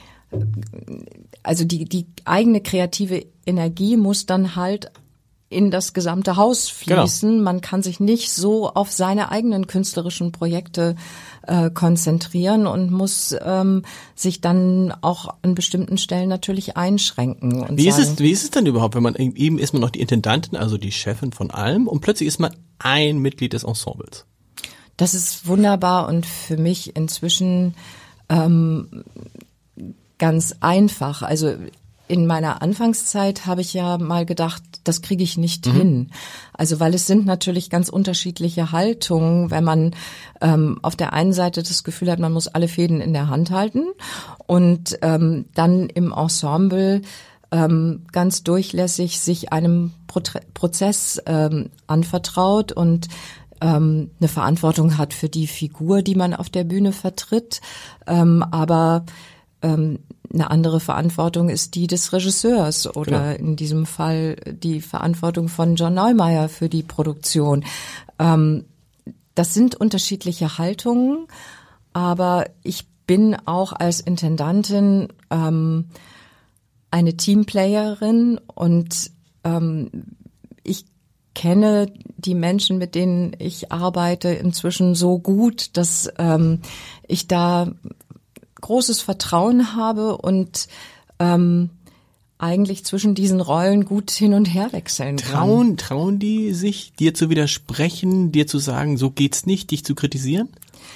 also die die eigene kreative Energie muss dann halt in das gesamte Haus fließen. Genau. Man kann sich nicht so auf seine eigenen künstlerischen Projekte äh, konzentrieren und muss ähm, sich dann auch an bestimmten Stellen natürlich einschränken. Und wie sagen, ist es, wie ist es denn überhaupt, wenn man eben ist man noch die Intendantin, also die Chefin von allem und plötzlich ist man ein Mitglied des Ensembles? Das ist wunderbar und für mich inzwischen ähm, ganz einfach. Also in meiner Anfangszeit habe ich ja mal gedacht, das kriege ich nicht mhm. hin. Also weil es sind natürlich ganz unterschiedliche Haltungen, wenn man ähm, auf der einen Seite das Gefühl hat, man muss alle Fäden in der Hand halten und ähm, dann im Ensemble ähm, ganz durchlässig sich einem Pro- Prozess ähm, anvertraut und ähm, eine Verantwortung hat für die Figur, die man auf der Bühne vertritt, ähm, aber ähm, eine andere Verantwortung ist die des Regisseurs oder genau. in diesem Fall die Verantwortung von John Neumeier für die Produktion. Ähm, das sind unterschiedliche Haltungen, aber ich bin auch als Intendantin ähm, eine Teamplayerin und ähm, ich kenne die Menschen, mit denen ich arbeite, inzwischen so gut, dass ähm, ich da großes Vertrauen habe und ähm, eigentlich zwischen diesen Rollen gut hin und her wechseln kann. Trauen, trauen die sich, dir zu widersprechen, dir zu sagen, so geht's nicht, dich zu kritisieren?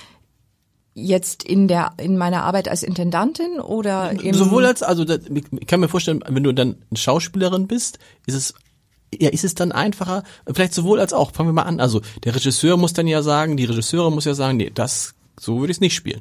Jetzt in der in meiner Arbeit als Intendantin oder im sowohl als also ich kann mir vorstellen, wenn du dann eine Schauspielerin bist, ist es ja ist es dann einfacher, vielleicht sowohl als auch. Fangen wir mal an. Also der Regisseur muss dann ja sagen, die Regisseurin muss ja sagen, nee, das so würde ich es nicht spielen.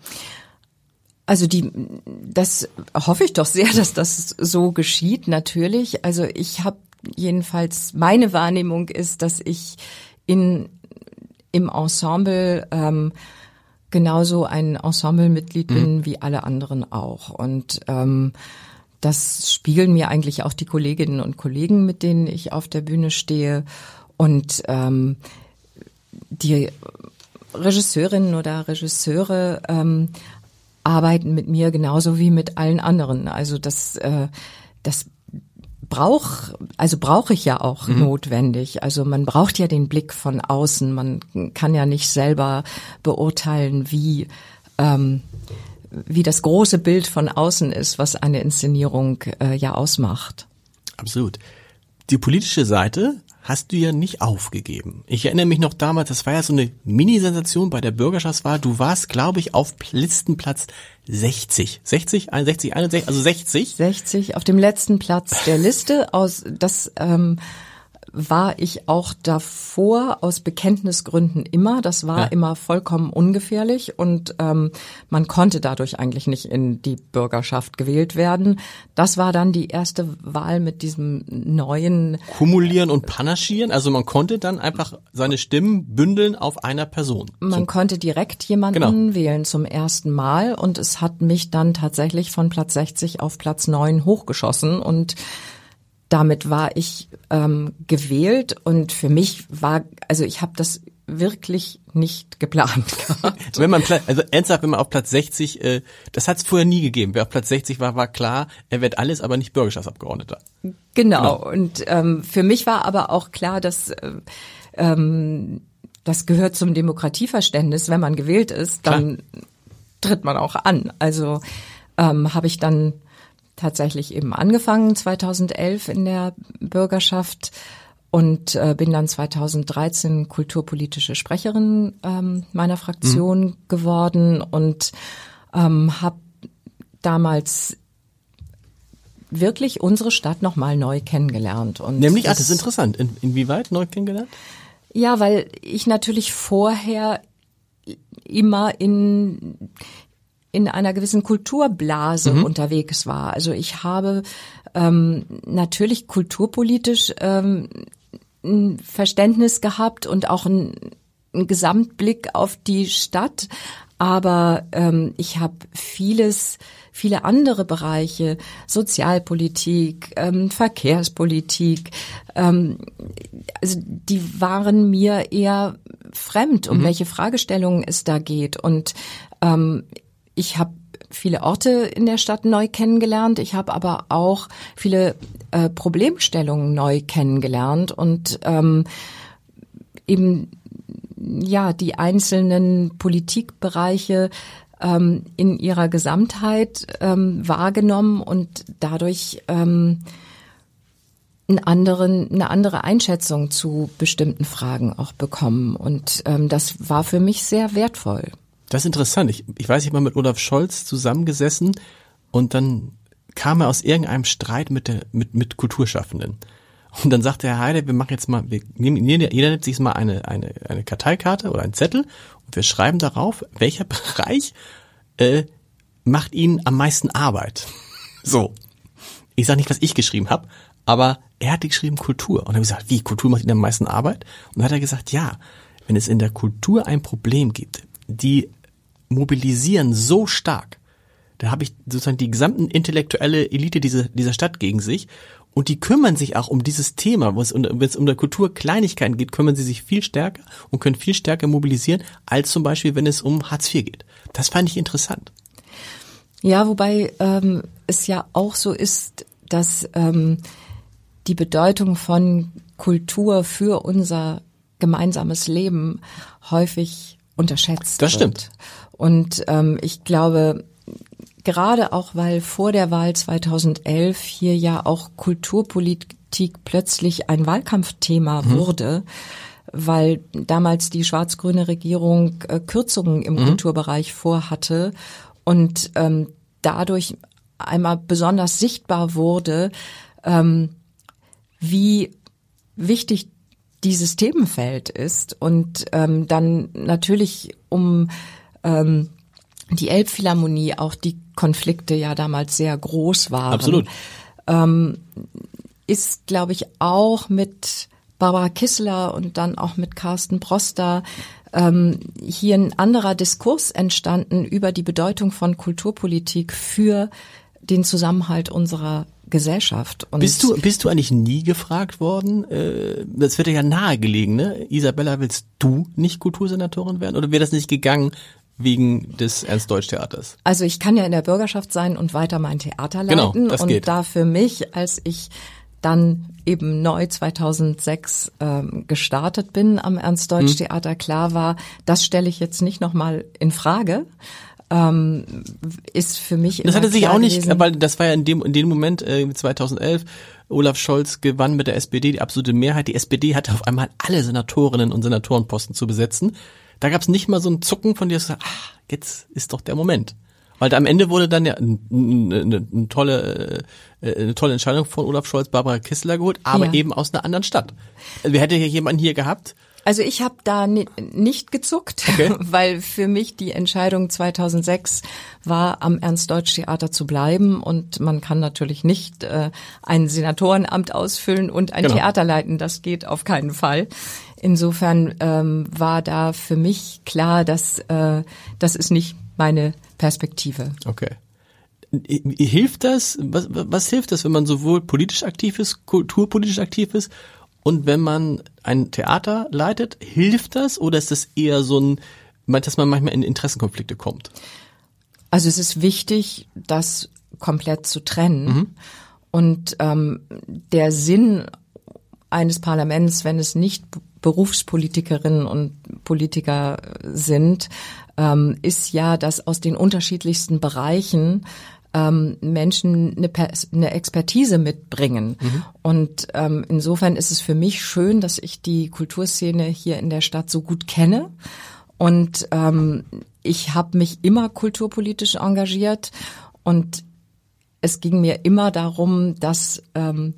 Also die, das hoffe ich doch sehr, dass das so geschieht, natürlich. Also ich habe jedenfalls, meine Wahrnehmung ist, dass ich in im Ensemble ähm, genauso ein Ensemblemitglied mhm. bin wie alle anderen auch. Und ähm, das spiegeln mir eigentlich auch die Kolleginnen und Kollegen, mit denen ich auf der Bühne stehe. Und ähm, die Regisseurinnen oder Regisseure ähm, arbeiten mit mir genauso wie mit allen anderen. Also das, äh, das brauch, also brauche ich ja auch mhm. notwendig. Also man braucht ja den Blick von außen. Man kann ja nicht selber beurteilen, wie ähm, wie das große Bild von außen ist, was eine Inszenierung äh, ja ausmacht. Absolut. Die politische Seite hast du ja nicht aufgegeben. Ich erinnere mich noch damals, das war ja so eine Mini-Sensation bei der Bürgerschaftswahl. Du warst, glaube ich, auf Listenplatz sechzig. sechzig, einundsechzig, einundsechzig, also sechzig. sechzig auf dem letzten Platz der Liste. Aus das ähm, war ich auch davor aus Bekenntnisgründen immer. Das war ja. immer vollkommen ungefährlich und ähm, man konnte dadurch eigentlich nicht in die Bürgerschaft gewählt werden. Das war dann die erste Wahl mit diesem neuen Kumulieren und Panaschieren. Also man konnte dann einfach seine Stimmen bündeln auf einer Person. Man so. konnte direkt jemanden genau. wählen zum ersten Mal und es hat mich dann tatsächlich von Platz sechzig auf Platz neun hochgeschossen und damit war ich ähm, gewählt und für mich war, also ich habe das wirklich nicht geplant gehabt. Wenn man, also ernsthaft, wenn man auf Platz sechzig, äh, das hat es vorher nie gegeben. Wer auf Platz sechzig war, war klar, er wird alles, aber nicht Bürgerschaftsabgeordneter. Genau. genau. Und ähm, für mich war aber auch klar, dass äh, ähm, das gehört zum Demokratieverständnis. Wenn man gewählt ist, dann klar. tritt man auch an. Also ähm, habe ich dann tatsächlich eben angefangen zweitausendelf in der Bürgerschaft und äh, bin dann zweitausenddreizehn kulturpolitische Sprecherin ähm, meiner Fraktion mhm. geworden und ähm, habe damals wirklich unsere Stadt nochmal neu kennengelernt. Und Nämlich, das, ah, das ist interessant. In, inwieweit neu kennengelernt? Ja, weil ich natürlich vorher immer in in einer gewissen Kulturblase mhm. unterwegs war. Also ich habe ähm, natürlich kulturpolitisch ähm, ein Verständnis gehabt und auch ein, ein Gesamtblick auf die Stadt, aber ähm, ich habe vieles, viele andere Bereiche, Sozialpolitik, ähm, Verkehrspolitik, ähm, also die waren mir eher fremd, um mhm. welche Fragestellungen es da geht. Und ähm, ich habe viele Orte in der Stadt neu kennengelernt. Ich habe aber auch viele äh, Problemstellungen neu kennengelernt und ähm, eben ja die einzelnen Politikbereiche ähm, in ihrer Gesamtheit ähm, wahrgenommen und dadurch ähm, einen anderen, eine andere Einschätzung zu bestimmten Fragen auch bekommen. Und ähm, das war für mich sehr wertvoll. Das ist interessant. Ich, ich weiß, ich habe mal mit Olaf Scholz zusammengesessen und dann kam er aus irgendeinem Streit mit der mit mit Kulturschaffenden. Und dann sagte Herr Heide, wir machen jetzt mal, wir nehmen, jeder nimmt sich mal eine eine eine Karteikarte oder einen Zettel und wir schreiben darauf, welcher Bereich äh, macht Ihnen am meisten Arbeit. So. Ich sage nicht, was ich geschrieben habe, aber er hat geschrieben Kultur. Und dann habe ich gesagt, wie, Kultur macht Ihnen am meisten Arbeit? Und dann hat er gesagt, ja, wenn es in der Kultur ein Problem gibt, die mobilisieren so stark. Da habe ich sozusagen die gesamten intellektuelle Elite dieser, dieser Stadt gegen sich und die kümmern sich auch um dieses Thema, wo es um, wenn es um der Kultur Kleinigkeiten geht, kümmern sie sich viel stärker und können viel stärker mobilisieren, als zum Beispiel, wenn es um Hartz vier geht. Das fand ich interessant. Ja, wobei ähm, es ja auch so ist, dass ähm, die Bedeutung von Kultur für unser gemeinsames Leben häufig unterschätzt Das stimmt. wird. Und ähm, ich glaube, gerade auch, weil vor der Wahl zweitausendelf hier ja auch Kulturpolitik plötzlich ein Wahlkampfthema mhm. wurde, weil damals die schwarz-grüne Regierung äh, Kürzungen im mhm. Kulturbereich vorhatte und ähm, dadurch einmal besonders sichtbar wurde, ähm, wie wichtig dieses Themenfeld ist und ähm, dann natürlich um ähm, die Elbphilharmonie auch die Konflikte ja damals sehr groß waren. Absolut. Ähm, ist, glaube ich, auch mit Barbara Kissler und dann auch mit Carsten Broster ähm, hier ein anderer Diskurs entstanden über die Bedeutung von Kulturpolitik für den Zusammenhalt unserer Gesellschaft. Und bist du bist du eigentlich nie gefragt worden? Äh, das wird ja nahegelegen, ne? Isabella, willst du nicht Kultursenatorin werden? Oder wäre das nicht gegangen wegen des Ernst-Deutsch-Theaters? Also ich kann ja in der Bürgerschaft sein und weiter mein Theater leiten. Genau, das und geht. Da für mich, als ich dann eben neu zweitausendsechs ähm, gestartet bin am Ernst-Deutsch-Theater, hm. klar war, das stelle ich jetzt nicht nochmal in Frage. Ähm, ist für mich immer Das hatte sich auch nicht, gewesen. weil das war ja in dem in dem Moment äh, zweitausendelf, Olaf Scholz gewann mit der S P D die absolute Mehrheit. Die S P D hatte auf einmal alle Senatorinnen und Senatorenposten zu besetzen. Da gab es nicht mal so ein Zucken von dir, so, ach, jetzt ist doch der Moment. Weil am Ende wurde dann ja eine, eine, eine tolle eine tolle Entscheidung von Olaf Scholz, Barbara Kistler geholt, aber ja. eben aus einer anderen Stadt. Wir hätten ja jemanden hier gehabt. Also ich habe da ni- nicht gezuckt, okay. weil für mich die Entscheidung zweitausendsechs war, am Ernst-Deutsch-Theater zu bleiben, und man kann natürlich nicht äh, ein Senatorenamt ausfüllen und ein genau. Theater leiten, das geht auf keinen Fall. Insofern ähm, war da für mich klar, dass äh, das ist nicht meine Perspektive. Okay. Hilft das, was, was hilft das, wenn man sowohl politisch aktiv ist, kulturpolitisch aktiv ist, und wenn man ein Theater leitet, hilft das, oder ist das eher so ein, dass man manchmal in Interessenkonflikte kommt? Also es ist wichtig, das komplett zu trennen. Mhm. Und ähm, der Sinn eines Parlaments, wenn es nicht Berufspolitikerinnen und Politiker sind, ähm, ist ja, dass aus den unterschiedlichsten Bereichen ähm, Menschen eine, eine Expertise mitbringen. Mhm. Und ähm, insofern ist es für mich schön, dass ich die Kulturszene hier in der Stadt so gut kenne. Und ähm, ich habe mich immer kulturpolitisch engagiert, und es ging mir immer darum, dass ähm,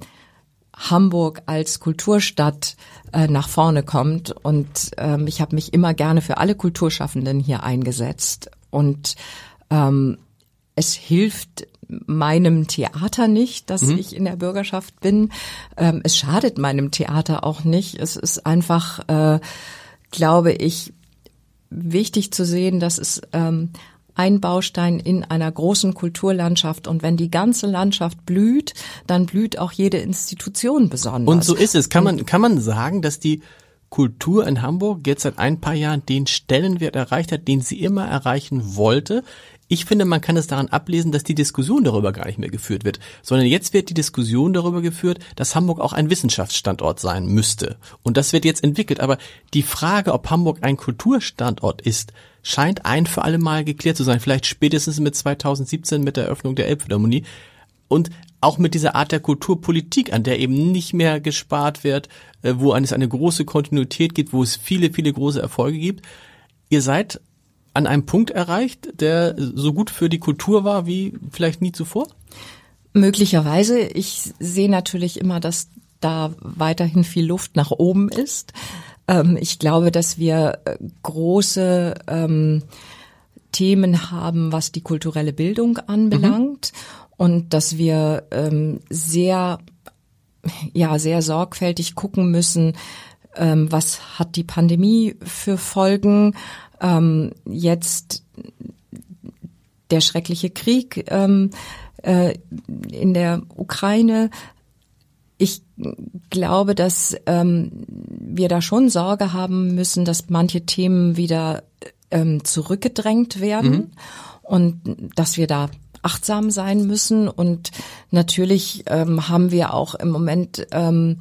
Hamburg als Kulturstadt äh, nach vorne kommt, und ähm, ich habe mich immer gerne für alle Kulturschaffenden hier eingesetzt, und ähm, es hilft meinem Theater nicht, dass mhm. ich in der Bürgerschaft bin. Ähm, es schadet meinem Theater auch nicht. Es ist einfach, äh, glaube ich, wichtig zu sehen, dass es ähm, ein Baustein in einer großen Kulturlandschaft, und wenn die ganze Landschaft blüht, dann blüht auch jede Institution besonders. Und so ist es. Kann man, kann man sagen, dass die Kultur in Hamburg jetzt seit ein paar Jahren den Stellenwert erreicht hat, den sie immer erreichen wollte? Ich finde, man kann es daran ablesen, dass die Diskussion darüber gar nicht mehr geführt wird, sondern jetzt wird die Diskussion darüber geführt, dass Hamburg auch ein Wissenschaftsstandort sein müsste. Und das wird jetzt entwickelt. Aber die Frage, ob Hamburg ein Kulturstandort ist, scheint ein für alle Mal geklärt zu sein. Vielleicht spätestens mit zweitausendsiebzehn mit der Eröffnung der Elbphilharmonie. Und auch mit dieser Art der Kulturpolitik, an der eben nicht mehr gespart wird, wo es eine große Kontinuität gibt, wo es viele, viele große Erfolge gibt. Ihr seid an einem Punkt erreicht, der so gut für die Kultur war wie vielleicht nie zuvor? Möglicherweise. Ich sehe natürlich immer, dass da weiterhin viel Luft nach oben ist. Ähm, ich glaube, dass wir große ähm, Themen haben, was die kulturelle Bildung anbelangt, mhm. und dass wir ähm, sehr, ja, sehr sorgfältig gucken müssen, ähm, was hat die Pandemie für Folgen. Ähm, jetzt der schreckliche Krieg ähm, äh, in der Ukraine. Ich glaube, dass ähm, wir da schon Sorge haben müssen, dass manche Themen wieder ähm, zurückgedrängt werden, mhm. und dass wir da achtsam sein müssen. Und natürlich ähm, haben wir auch im Moment ähm,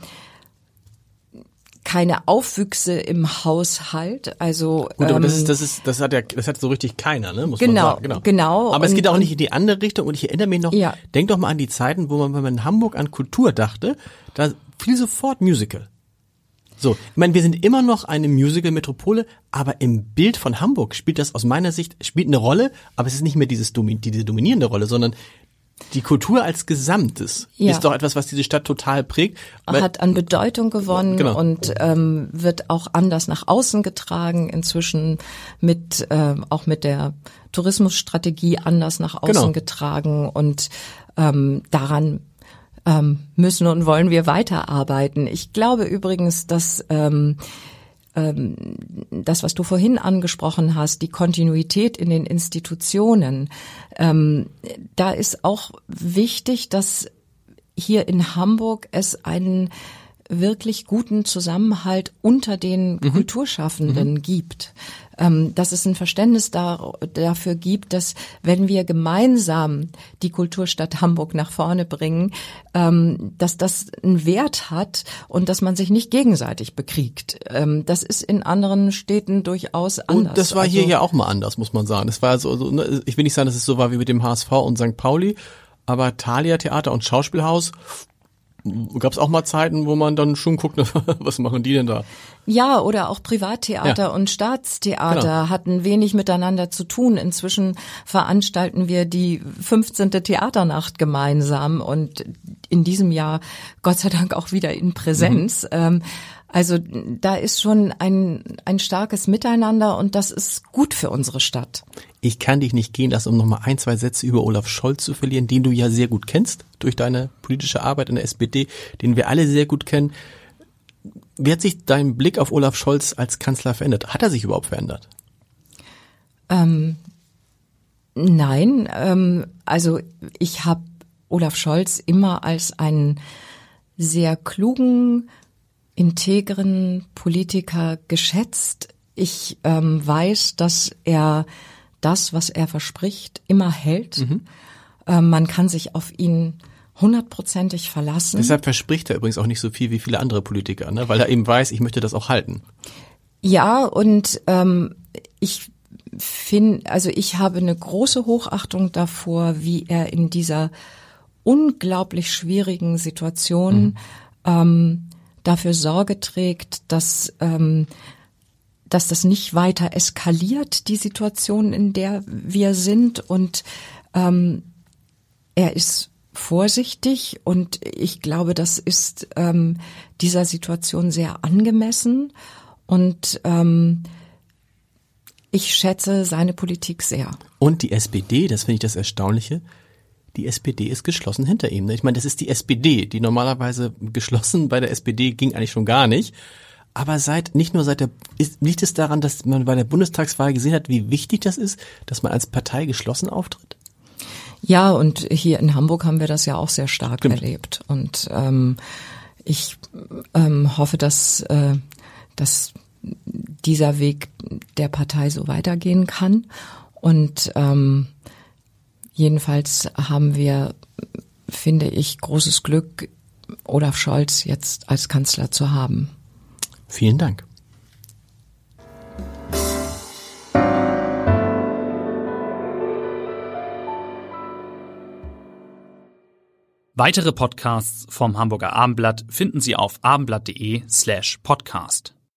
keine Aufwüchse im Haushalt, also gut, aber ähm, das ist das ist das hat ja das hat so richtig keiner, ne, muss genau, man sagen. Genau, genau. Aber und, es geht auch nicht in die andere Richtung, und ich erinnere mich noch, ja. denk doch mal an die Zeiten, wo man, wenn man in Hamburg an Kultur dachte, da fiel sofort Musical. So, ich meine, wir sind immer noch eine Musical-Metropole, aber im Bild von Hamburg spielt das aus meiner Sicht spielt eine Rolle, aber es ist nicht mehr dieses diese dominierende Rolle, sondern die Kultur als Gesamtes ja. ist doch etwas, was diese Stadt total prägt. Hat an Bedeutung gewonnen, genau. und ähm, wird auch anders nach außen getragen, inzwischen mit äh, auch mit der Tourismusstrategie anders nach außen genau. getragen, und ähm, daran ähm, müssen und wollen wir weiterarbeiten. Ich glaube übrigens, dass ähm, das, was du vorhin angesprochen hast, die Kontinuität in den Institutionen, ähm, da ist auch wichtig, dass hier in Hamburg es einen wirklich guten Zusammenhalt unter den mhm. Kulturschaffenden mhm. gibt. Ähm, dass es ein Verständnis da, dafür gibt, dass wenn wir gemeinsam die Kulturstadt Hamburg nach vorne bringen, ähm, dass das einen Wert hat und dass man sich nicht gegenseitig bekriegt. Ähm, das ist in anderen Städten durchaus anders. Und das war hier also, ja auch mal anders, muss man sagen. Das war also, also, ich will nicht sagen, dass es so war wie mit dem H S V und Sankt Pauli, aber Thalia Theater und Schauspielhaus, gab es auch mal Zeiten, wo man dann schon guckt, was machen die denn da? Ja, oder auch Privattheater ja. und Staatstheater genau. hatten wenig miteinander zu tun. Inzwischen veranstalten wir die fünfzehnte Theaternacht gemeinsam und in diesem Jahr Gott sei Dank auch wieder in Präsenz. Mhm. Also da ist schon ein, ein starkes Miteinander und das ist gut für unsere Stadt. Ich kann dich nicht gehen lassen, um nochmal ein, zwei Sätze über Olaf Scholz zu verlieren, den du ja sehr gut kennst durch deine politische Arbeit in der S P D, den wir alle sehr gut kennen. Wie hat sich dein Blick auf Olaf Scholz als Kanzler verändert? Hat er sich überhaupt verändert? Ähm, nein, ähm, also ich habe Olaf Scholz immer als einen sehr klugen, integren Politiker geschätzt. Ich ähm, weiß, dass er das, was er verspricht, immer hält. Mhm. Ähm, man kann sich auf ihn hundertprozentig verlassen. Deshalb verspricht er übrigens auch nicht so viel wie viele andere Politiker, ne? Weil er eben weiß, ich möchte das auch halten. Ja, und ähm, ich finde, also ich habe eine große Hochachtung davor, wie er in dieser unglaublich schwierigen Situation mhm. ähm, dafür Sorge trägt, dass ähm, dass das nicht weiter eskaliert, die Situation, in der wir sind. Und ähm, er ist vorsichtig und ich glaube, das ist ähm, dieser Situation sehr angemessen. Und ähm, ich schätze seine Politik sehr. Und die S P D, das finde ich das Erstaunliche, die S P D ist geschlossen hinter ihm. Ich meine, das ist die S P D, die normalerweise geschlossen bei der S P D ging eigentlich schon gar nicht. Aber seit, nicht nur seit der, ist, liegt es daran, dass man bei der Bundestagswahl gesehen hat, wie wichtig das ist, dass man als Partei geschlossen auftritt? Ja, und hier in Hamburg haben wir das ja auch sehr stark Stimmt. erlebt. Und ähm, ich ähm, hoffe, dass, äh, dass dieser Weg der Partei so weitergehen kann. Und ähm, jedenfalls haben wir, finde ich, großes Glück, Olaf Scholz jetzt als Kanzler zu haben. Vielen Dank. Weitere Podcasts vom Hamburger Abendblatt finden Sie auf abendblatt.de slash podcast.